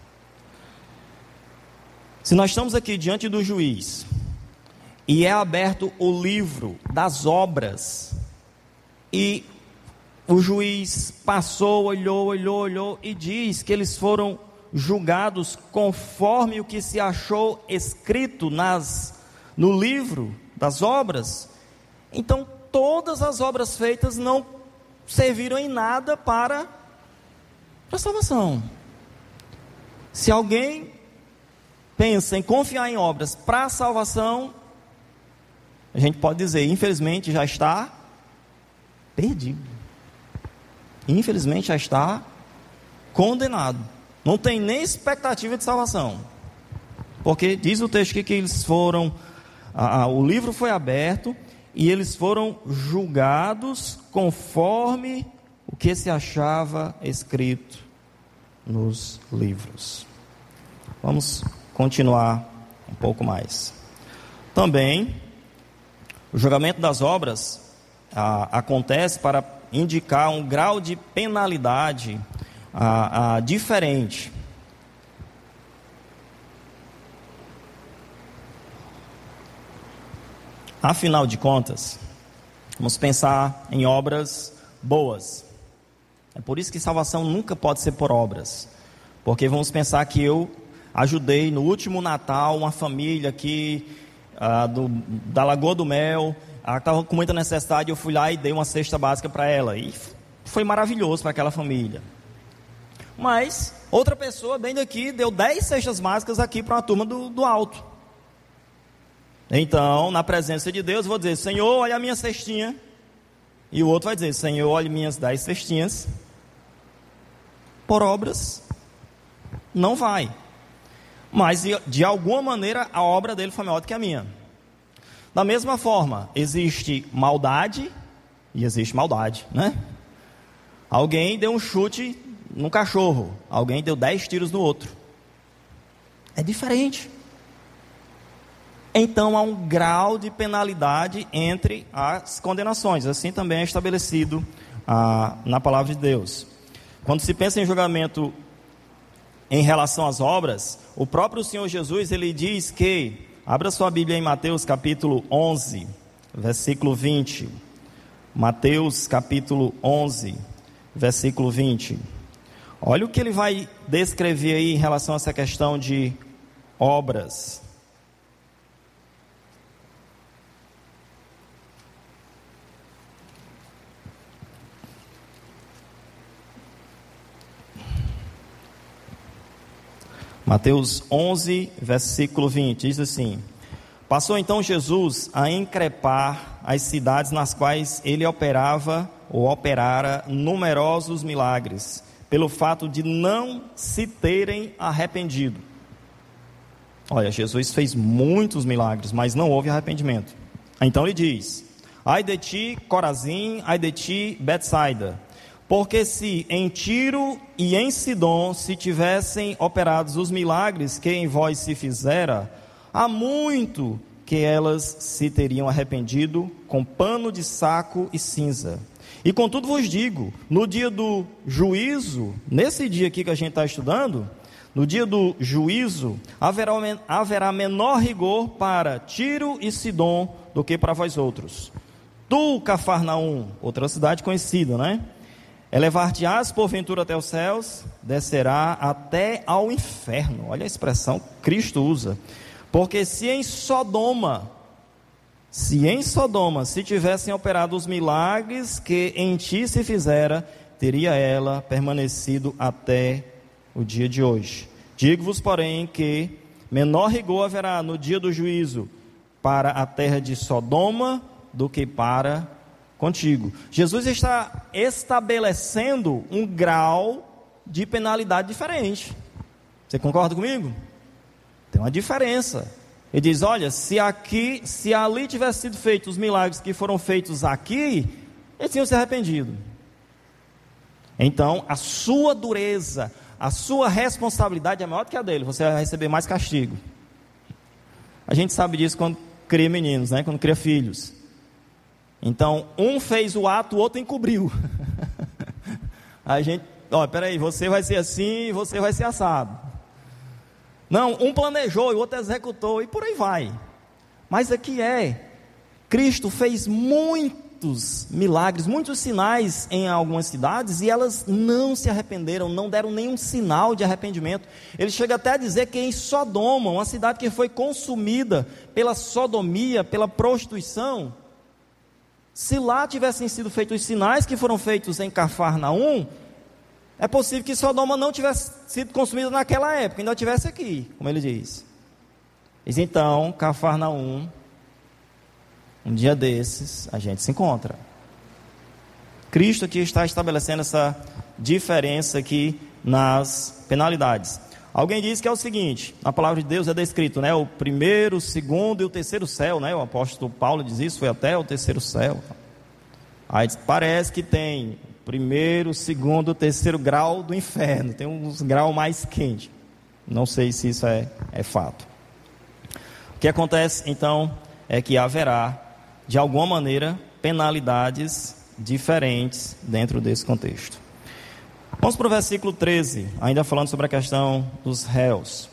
Se nós estamos aqui diante do juiz e é aberto o livro das obras, e o juiz passou, olhou, olhou, olhou e diz que eles foram julgados conforme o que se achou escrito nas, no livro das obras, então todas as obras feitas não serviram em nada para a salvação. Se alguém pensa em confiar em obras para a salvação, a gente pode dizer, infelizmente já está perdido. Infelizmente já está condenado. Não tem nem expectativa de salvação. Porque diz o texto aqui que eles foram, a, o livro foi aberto e eles foram julgados conforme o que se achava escrito nos livros. Vamos continuar um pouco mais. Também, o julgamento das obras ah, acontece para indicar um grau de penalidade ah, ah, diferente. Afinal de contas, vamos pensar em obras boas. É por isso que salvação nunca pode ser por obras. Porque vamos pensar que eu ajudei no último Natal uma família aqui ah, do, da Lagoa do Mel. Ela estava com muita necessidade, eu fui lá e dei uma cesta básica para ela. E foi maravilhoso para aquela família. Mas outra pessoa bem daqui deu dez cestas básicas aqui para uma turma do, do alto. Então, na presença de Deus, eu vou dizer, Senhor, olha a minha cestinha. E o outro vai dizer, Senhor, olha minhas dez cestinhas. Por obras, não vai. Mas, de, de alguma maneira, a obra dele foi maior do que a minha. Da mesma forma, existe maldade e existe maldade, né? Alguém deu um chute num cachorro, alguém deu dez tiros no outro. É diferente. Então há um grau de penalidade entre as condenações. Assim também é estabelecido ah, na palavra de Deus. Quando se pensa em julgamento em relação às obras, o próprio Senhor Jesus, ele diz que, abra sua Bíblia em Mateus capítulo onze, versículo vinte. Mateus capítulo onze, versículo vinte. Olha o que ele vai descrever aí em relação a essa questão de obras. Mateus onze, versículo vinte, diz assim: Passou então Jesus a increpar as cidades nas quais ele operava ou operara numerosos milagres, pelo fato de não se terem arrependido. Olha, Jesus fez muitos milagres, mas não houve arrependimento. Então ele diz: Ai de ti, Corazim, ai de ti, Betsaida. Porque se em Tiro e em Sidom se tivessem operados os milagres que em vós se fizera, há muito que elas se teriam arrependido com pano de saco e cinza. E contudo vos digo, no dia do juízo, nesse dia aqui que a gente está estudando, no dia do juízo, haverá, haverá menor rigor para Tiro e Sidom do que para vós outros. Tu, Cafarnaum, outra cidade conhecida, né? Elevar-te-ás porventura até os céus, descerá até ao inferno. Olha a expressão que Cristo usa. Porque se em Sodoma, se em Sodoma se tivessem operado os milagres que em ti se fizera, teria ela permanecido até o dia de hoje. Digo-vos, porém, que menor rigor haverá no dia do juízo para a terra de Sodoma do que para contigo. Jesus está estabelecendo um grau de penalidade diferente. Você concorda comigo? Tem uma diferença. Ele diz, olha, se aqui, se ali tivessem sido feitos os milagres que foram feitos aqui, eles tinham se arrependido. Então, a sua dureza, a sua responsabilidade é maior do que a dele. Você vai receber mais castigo. A gente sabe disso quando cria meninos, né? Quando cria filhos. Então, um fez o ato, o outro encobriu. A gente, ó, peraí, você vai ser assim, você vai ser assado. Não, um planejou e o outro executou, e por aí vai. Mas aqui é, Cristo fez muito muitos milagres, muitos sinais em algumas cidades, e elas não se arrependeram, não deram nenhum sinal de arrependimento. Ele chega até a dizer que em Sodoma, uma cidade que foi consumida pela sodomia, pela prostituição, se lá tivessem sido feitos os sinais que foram feitos em Cafarnaum, é possível que Sodoma não tivesse sido consumida naquela época, ainda estivesse aqui, como ele diz. Mas então, Cafarnaum, um dia desses, a gente se encontra. Cristo aqui está estabelecendo essa diferença aqui nas penalidades. Alguém diz que é o seguinte, na palavra de Deus é descrito, né, o primeiro, o segundo e o terceiro céu, né, o apóstolo Paulo diz isso, foi até o terceiro céu. Aí parece que tem o primeiro, o segundo, o terceiro grau do inferno, tem uns graus mais quentes. Não sei se isso é, é fato. O que acontece então é que haverá, de alguma maneira, penalidades diferentes dentro desse contexto. Vamos para o versículo treze, ainda falando sobre a questão dos réus.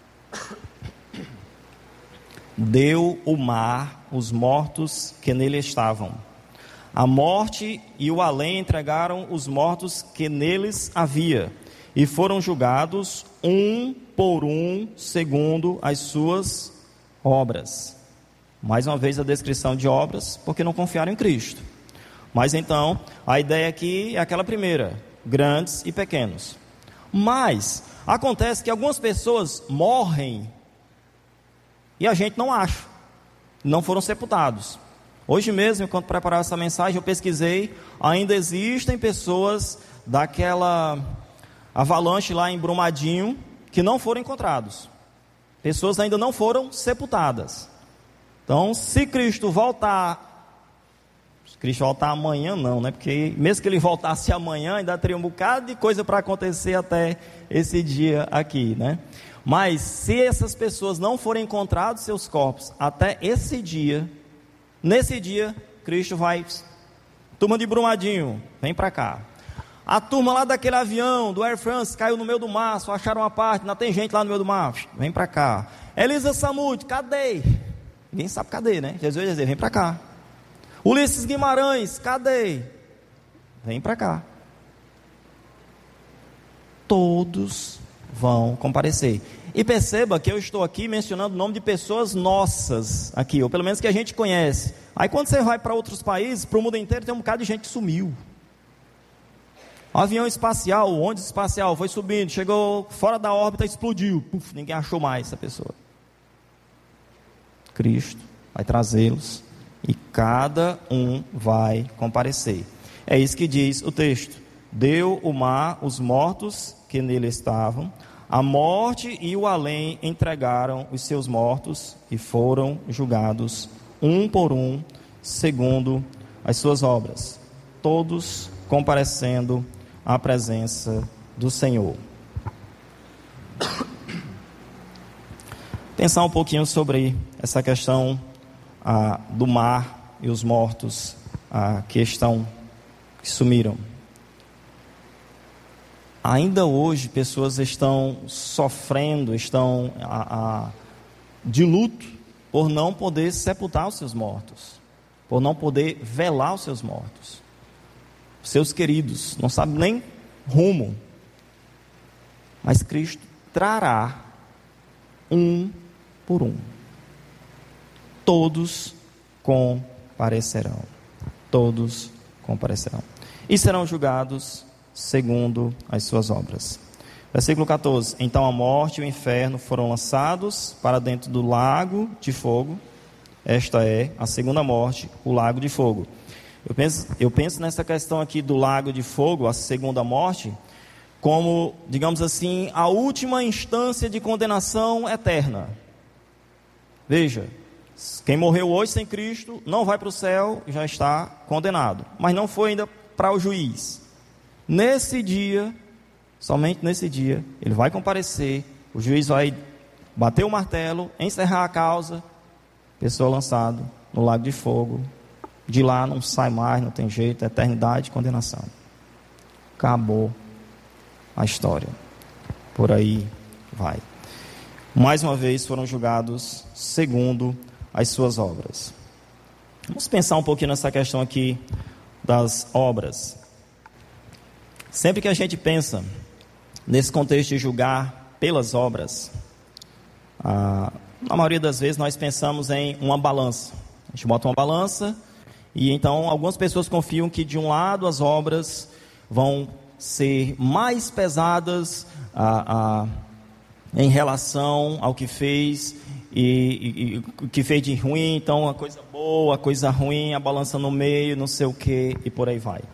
Deu o mar os mortos que nele estavam. A morte e o além entregaram os mortos que neles havia, e foram julgados um por um, segundo as suas obras. Mais uma vez a descrição de obras, porque não confiaram em Cristo. Mas então, a ideia aqui é aquela primeira, grandes e pequenos. Mas, acontece que algumas pessoas morrem, e a gente não acha, não foram sepultados. Hoje mesmo, enquanto preparava essa mensagem, eu pesquisei, ainda existem pessoas daquela avalanche lá em Brumadinho, que não foram encontrados. Pessoas ainda não foram sepultadas. Então, se Cristo voltar, se Cristo voltar amanhã não, né? Porque mesmo que ele voltasse amanhã, ainda teria um bocado de coisa para acontecer até esse dia aqui, né? Mas se essas pessoas não forem encontrados seus corpos até esse dia, nesse dia, Cristo vai, turma de Brumadinho, vem para cá. A turma lá daquele avião, do Air France, caiu no meio do mar, só acharam uma parte, ainda tem gente lá no meio do mar, vem para cá. Elisa Samud, cadê? Ninguém sabe cadê, né? Jesus vai dizer, vem para cá. Ulisses Guimarães, cadê? Vem para cá. Todos vão comparecer. E perceba que eu estou aqui mencionando o nome de pessoas nossas aqui, ou pelo menos que a gente conhece. Aí quando você vai para outros países, para o mundo inteiro, tem um bocado de gente que sumiu. O avião espacial, o ônibus espacial foi subindo, chegou fora da órbita, explodiu. Puf, ninguém achou mais essa pessoa. Cristo vai trazê-los e cada um vai comparecer. É isso que diz o texto. Deu o mar os mortos que nele estavam, a morte e o além entregaram os seus mortos e foram julgados um por um, segundo as suas obras, todos comparecendo à presença do Senhor. Pensar um pouquinho sobre essa questão ah, do mar e os mortos ah, que estão, que sumiram. Ainda hoje pessoas estão sofrendo, estão ah, ah, de luto por não poder sepultar os seus mortos, por não poder velar os seus mortos, seus queridos, não sabe nem rumo. Mas Cristo trará um por um. Todos comparecerão. Todos comparecerão. E serão julgados segundo as suas obras. Versículo catorze. Então a morte e o inferno foram lançados para dentro do lago de fogo. Esta é a segunda morte, o lago de fogo. Eu penso, eu penso nessa questão aqui do lago de fogo, a segunda morte, como, digamos assim, a última instância de condenação eterna. Veja, quem morreu hoje sem Cristo não vai para o céu, já está condenado, mas não foi ainda para o juiz. Nesse dia, somente nesse dia, ele vai comparecer, o juiz vai bater o martelo, encerrar a causa, pessoa lançada no lago de fogo, de lá não sai mais, não tem jeito, eternidade, condenação. Acabou a história. Por aí vai. Mais uma vez foram julgados segundo as suas obras. Vamos pensar um pouquinho nessa questão aqui das obras. Sempre que a gente pensa nesse contexto de julgar pelas obras, ah, na maioria das vezes nós pensamos em uma balança. A gente bota uma balança e então algumas pessoas confiam que de um lado as obras vão ser mais pesadas ah, ah, em relação ao que fez e o que fez de ruim, então a coisa boa, a coisa ruim, a balança no meio, não sei o que, e por aí vai.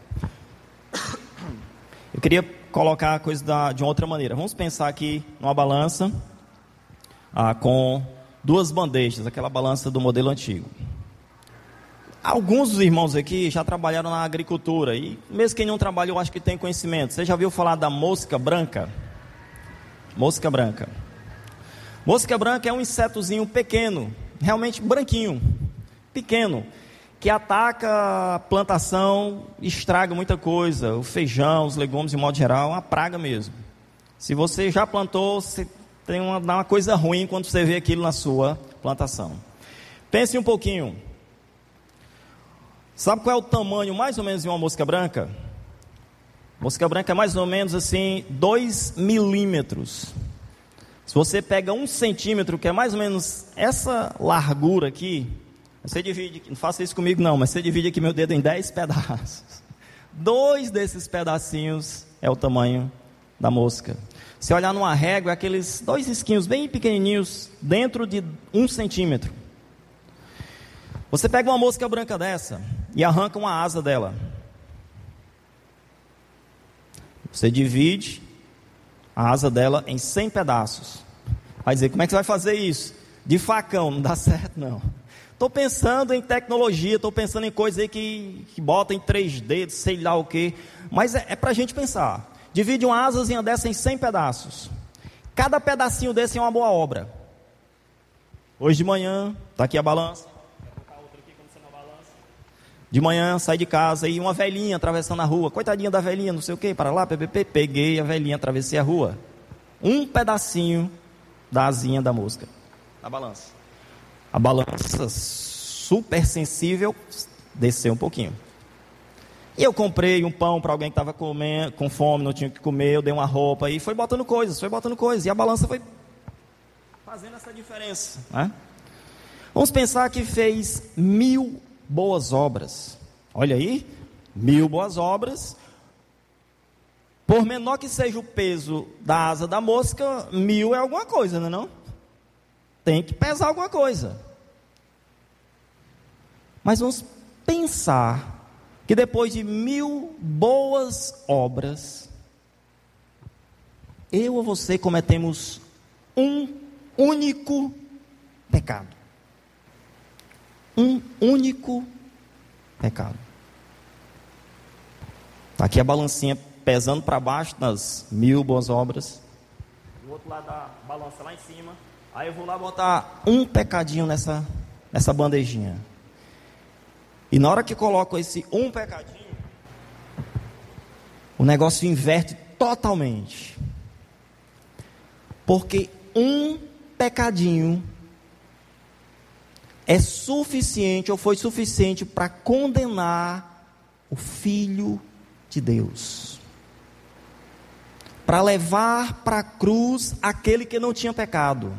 Eu queria colocar a coisa da, de uma outra maneira. Vamos pensar aqui numa balança ah, com duas bandejas, aquela balança do modelo antigo. Alguns dos irmãos aqui já trabalharam na agricultura, e mesmo quem não trabalhou, acho que tem conhecimento. Você já ouviu falar da mosca branca? Mosca branca. Mosca branca é um insetozinho pequeno, realmente branquinho, pequeno, que ataca a plantação, estraga muita coisa, o feijão, os legumes de modo geral, é uma praga mesmo. Se você já plantou, você tem uma, dá uma coisa ruim quando você vê aquilo na sua plantação. Pense um pouquinho. Sabe qual é o tamanho mais ou menos de uma mosca branca? Mosca branca é mais ou menos assim, dois milímetros. Se você pega um centímetro, que é mais ou menos essa largura aqui, você divide, não faça isso comigo não, mas você divide aqui meu dedo em dez pedaços. Dois desses pedacinhos é o tamanho da mosca. Se olhar numa régua, é aqueles dois risquinhos bem pequenininhos, dentro de um centímetro. Você pega uma mosca branca dessa e arranca uma asa dela. Você divide a asa dela em cem pedaços. Vai dizer, como é que você vai fazer isso? De facão, não dá certo não. Estou pensando em tecnologia, estou pensando em coisas aí que, que botam em três D, sei lá o que. Mas é, é para a gente pensar. Divide uma asazinha dessa em cem pedaços. Cada pedacinho desse é uma boa obra. Hoje de manhã, está aqui a balança. De manhã, saí de casa e uma velhinha atravessando a rua. Coitadinha da velhinha, não sei o que, para lá, P P P. Peguei a velhinha, atravessei a rua. Um pedacinho da asinha da mosca, da balança. A balança, super sensível, desceu um pouquinho. E eu comprei um pão para alguém que estava com fome, não tinha o que comer. Eu dei uma roupa e foi botando coisas, foi botando coisas. E a balança foi fazendo essa diferença, né? Vamos pensar que fez mil boas obras. Olha aí, mil boas obras. Por menor que seja o peso da asa da mosca, mil é alguma coisa, não é não? Tem que pesar alguma coisa. Mas vamos pensar que depois de mil boas obras, eu ou você cometemos um único pecado. Um único pecado. Está aqui a balancinha pesando para baixo nas mil boas obras. Do outro lado da balança lá em cima. Aí eu vou lá botar um pecadinho nessa, nessa bandejinha. E na hora que coloco esse um pecadinho, o negócio inverte totalmente. Porque um pecadinho é suficiente, ou foi suficiente, para condenar o Filho de Deus. Para levar para a cruz aquele que não tinha pecado.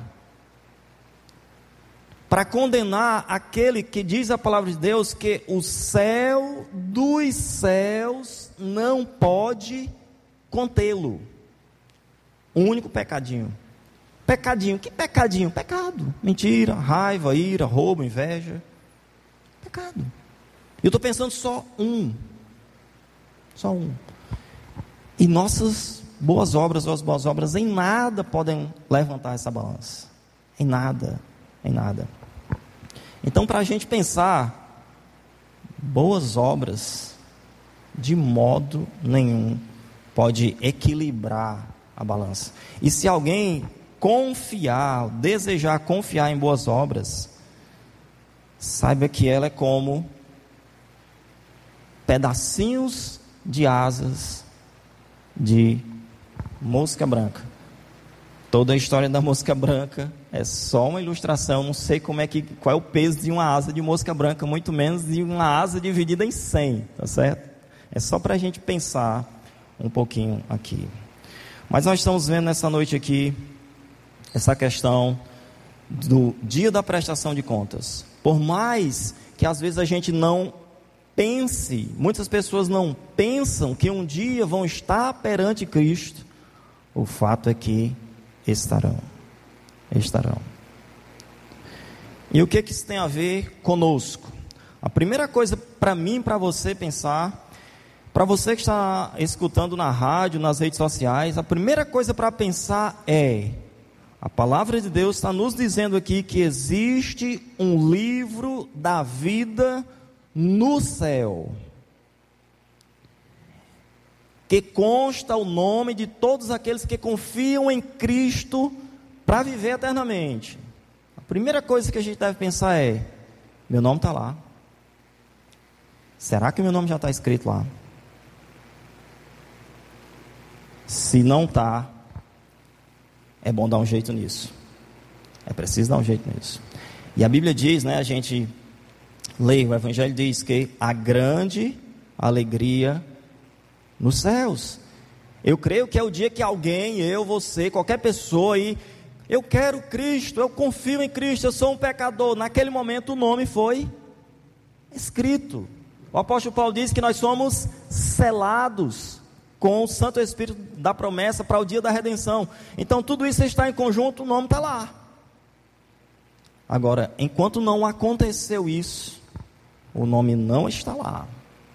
Para condenar aquele que diz a palavra de Deus que o céu dos céus não pode contê-lo. Um único pecadinho. Pecadinho, que pecadinho? Pecado, mentira, raiva, ira, roubo, inveja. Pecado. Eu estou pensando só um. Só um. E nossas boas obras, ou as boas obras, em nada podem levantar essa balança. Em nada, em nada. Então, para a gente pensar, boas obras, de modo nenhum, pode equilibrar a balança. E se alguém confiar, desejar confiar em boas obras, saiba que ela é como pedacinhos de asas de mosca branca. Toda a história da mosca branca é só uma ilustração. Não sei como é que, qual é o peso de uma asa de mosca branca, muito menos de uma asa dividida em cem, tá certo? É só para a gente pensar um pouquinho aqui. Mas nós estamos vendo nessa noite aqui essa questão do dia da prestação de contas. Por mais que às vezes a gente não pense, muitas pessoas não pensam que um dia vão estar perante Cristo, o fato é que estarão, estarão. E o que que isso tem a ver conosco? A primeira coisa para mim, para você pensar, para você que está escutando na rádio, nas redes sociais, a primeira coisa para pensar é: a palavra de Deus está nos dizendo aqui que existe um livro da vida no céu, que consta o nome de todos aqueles que confiam em Cristo para viver eternamente. A primeira coisa que a gente deve pensar é: meu nome está lá. Será que meu nome já está escrito lá? Se não está, é bom dar um jeito nisso. É preciso dar um jeito nisso. E a Bíblia diz, né, a gente lê, o Evangelho diz que a grande alegria nos céus. Eu creio que é o dia que alguém, eu, você, qualquer pessoa aí, eu quero Cristo, eu confio em Cristo, eu sou um pecador. Naquele momento o nome foi escrito. O apóstolo Paulo diz que nós somos selados com o Santo Espírito da promessa para o dia da redenção. Então tudo isso está em conjunto, o nome está lá. Agora, enquanto não aconteceu isso, o nome não está lá.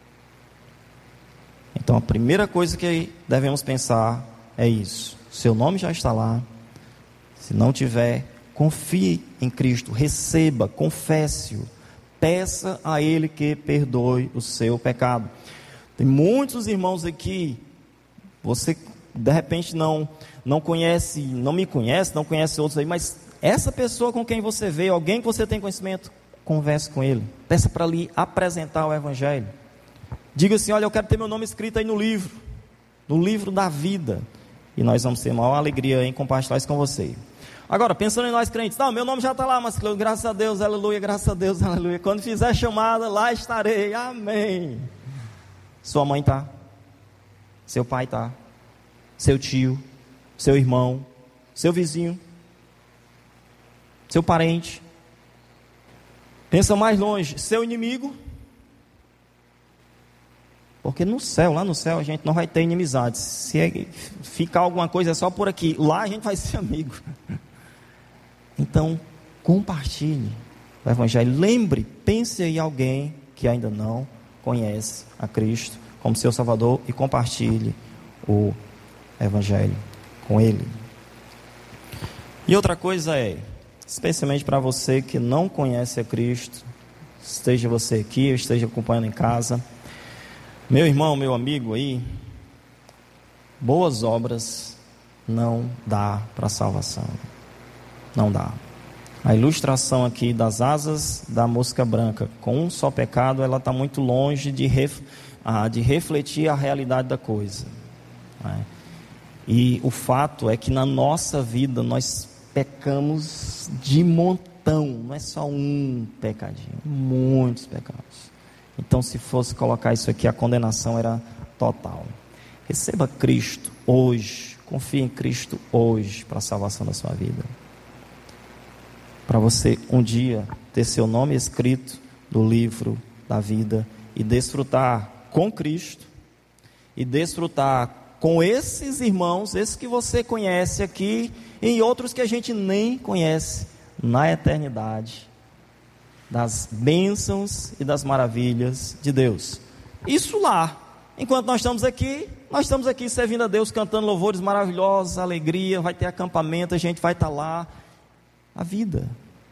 Então a primeira coisa que devemos pensar é isso: seu nome já está lá. Se não tiver, confie em Cristo, receba, confesse-o, peça a Ele que perdoe o seu pecado. Tem muitos irmãos aqui, você de repente não, não conhece, não me conhece, não conhece outros aí, mas essa pessoa com quem você vê, alguém que você tem conhecimento, converse com ele, peça para lhe apresentar o Evangelho. Diga assim: olha, eu quero ter meu nome escrito aí no livro, no livro da vida, e nós vamos ter maior alegria em compartilhar isso com você. Agora, pensando em nós crentes, não, meu nome já está lá, mas graças a Deus, aleluia, graças a Deus, aleluia, quando fizer chamada, lá estarei, amém. Sua mãe está, seu pai está, seu tio, seu irmão, seu vizinho, seu parente. Pensa mais longe, seu inimigo. Porque no céu, lá no céu, a gente não vai ter inimizades. Se é, ficar alguma coisa é só por aqui, lá a gente vai ser amigo. Então, compartilhe o Evangelho. Lembre, pense em alguém que ainda não conhece a Cristo como seu Salvador e compartilhe o Evangelho com ele. E outra coisa é, especialmente para você que não conhece a Cristo, esteja você aqui ou esteja acompanhando em casa, meu irmão, meu amigo aí, boas obras não dá para salvação. Não dá. A ilustração aqui das asas da mosca branca com um só pecado, ela está muito longe de, ref, ah, de refletir a realidade da coisa. Né? E o fato é que na nossa vida nós pecamos de montão, não é só um pecadinho, muitos pecados. Então, se fosse colocar isso aqui, a condenação era total. Receba Cristo hoje, confie em Cristo hoje para a salvação da sua vida. Para você um dia ter seu nome escrito no livro da vida e desfrutar com Cristo e desfrutar com esses irmãos, esses que você conhece aqui e outros que a gente nem conhece na eternidade, das bênçãos e das maravilhas de Deus. Isso lá, enquanto nós estamos aqui, nós estamos aqui servindo a Deus, cantando louvores maravilhosos, alegria, vai ter acampamento, a gente vai estar lá. A vida.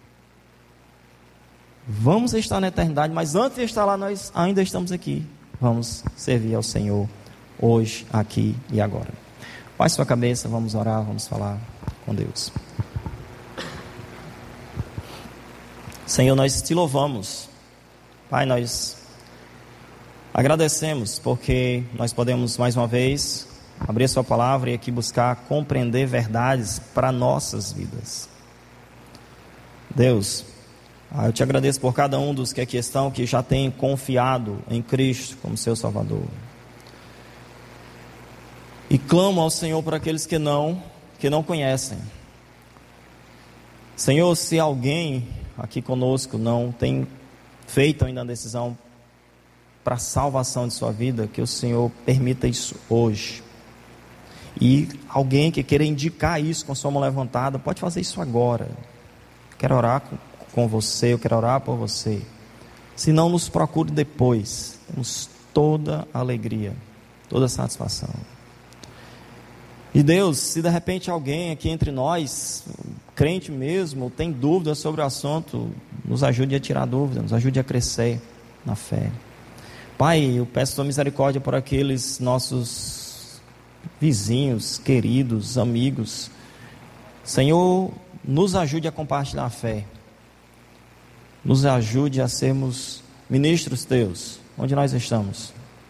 Vamos estar na eternidade, mas antes de estar lá, nós ainda estamos aqui. Vamos servir ao Senhor hoje, aqui e agora. Baixe sua cabeça, vamos orar, vamos falar com Deus. Senhor, nós te louvamos. Pai, nós agradecemos porque nós podemos mais uma vez abrir a sua palavra e aqui buscar compreender verdades para nossas vidas. Deus, eu te agradeço por cada um dos que aqui estão, que já tem confiado em Cristo como seu Salvador. E clamo ao Senhor por aqueles que não, que não conhecem. Senhor, se alguém aqui conosco não tem feito ainda a decisão para a salvação de sua vida, que o Senhor permita isso hoje. E alguém que queira indicar isso com sua mão levantada, pode fazer isso agora. Quero orar com, com você, eu quero orar por você. Se não, nos procure depois. Temos toda a alegria, toda a satisfação. E Deus, se de repente alguém aqui entre nós, crente mesmo, tem dúvida sobre o assunto, nos ajude a tirar dúvida, nos ajude a crescer na fé. Pai, eu peço a tua misericórdia por aqueles nossos vizinhos, queridos, amigos. Senhor, nos ajude a compartilhar a fé. Nos ajude a sermos ministros teus, onde nós estamos.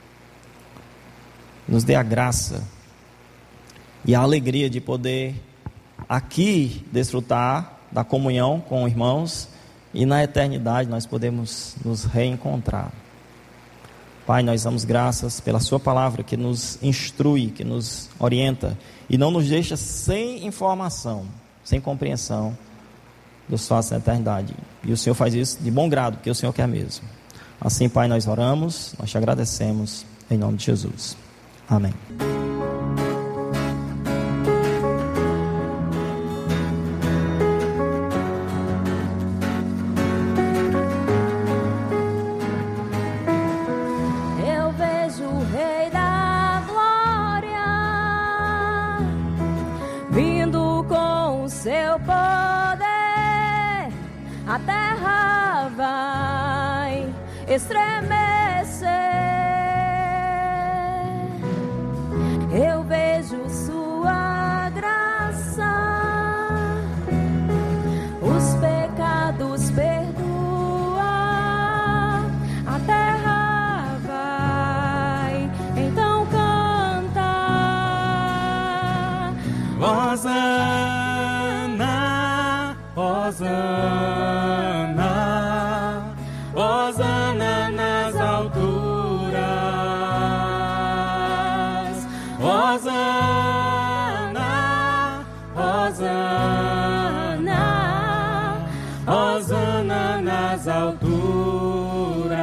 Nos dê a graça e a alegria de poder aqui desfrutar da comunhão com irmãos e na eternidade nós podemos nos reencontrar. Pai, nós damos graças pela sua palavra que nos instrui, que nos orienta e não nos deixa sem informação, sem compreensão dos fatos da eternidade. E o Senhor faz isso de bom grado, porque o Senhor quer mesmo. Assim, Pai, nós oramos, nós te agradecemos, em nome de Jesus. Amém. A terra vai estremecer. Eu vejo sua graça, os pecados perdoa. A terra vai então cantar. Hosana, Hosana. Hosana nas alturas, Hosana, Hosana, Hosana nas alturas.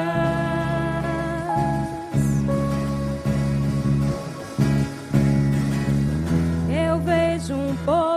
Eu vejo um povo